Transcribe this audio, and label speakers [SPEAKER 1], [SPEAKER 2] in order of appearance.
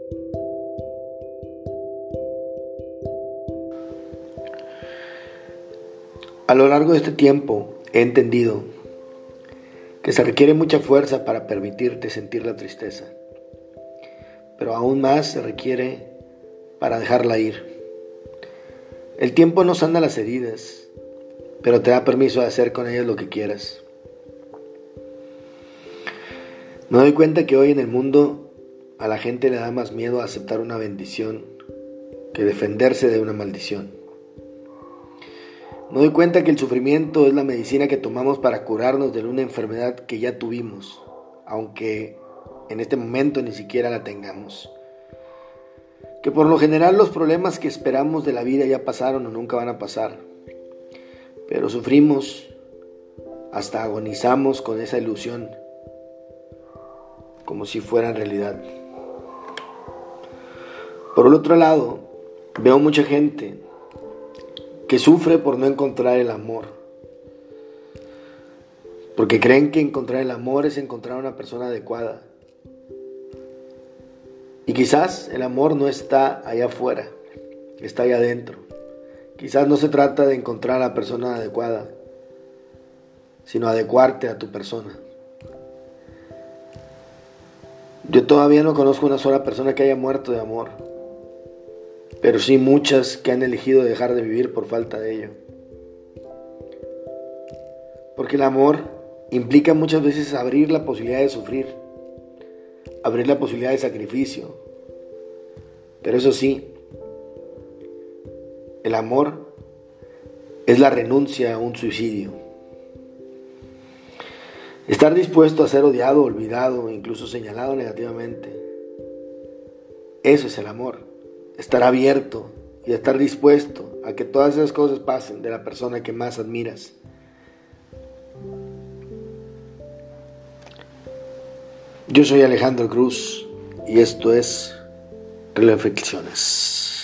[SPEAKER 1] A lo largo de este tiempo he entendido que se requiere mucha fuerza para permitirte sentir la tristeza, pero aún más se requiere para dejarla ir. El tiempo no sana las heridas, pero te da permiso de hacer con ellas lo que quieras. Me doy cuenta que hoy en el mundo a la gente le da más miedo a aceptar una bendición que defenderse de una maldición. Me doy cuenta que el sufrimiento es la medicina que tomamos para curarnos de una enfermedad que ya tuvimos, aunque en este momento ni siquiera la tengamos. Que por lo general los problemas que esperamos de la vida ya pasaron o nunca van a pasar, pero sufrimos, hasta agonizamos con esa ilusión, como si fuera realidad. Por el otro lado, veo mucha gente que sufre por no encontrar el amor, porque creen que encontrar el amor es encontrar a una persona adecuada. Y quizás el amor no está allá afuera, está allá adentro. Quizás no se trata de encontrar a la persona adecuada, sino adecuarte a tu persona. Yo todavía no conozco una sola persona que haya muerto de amor, pero sí muchas que han elegido dejar de vivir por falta de ello. Porque el amor implica muchas veces abrir la posibilidad de sufrir, abrir la posibilidad de sacrificio. Pero eso sí, el amor es la renuncia a un suicidio. Estar dispuesto a ser odiado, olvidado, incluso señalado negativamente. Eso es el amor. Estar abierto y estar dispuesto a que todas esas cosas pasen de la persona que más admiras. Yo soy Alejandro Cruz y esto es Reflexiones.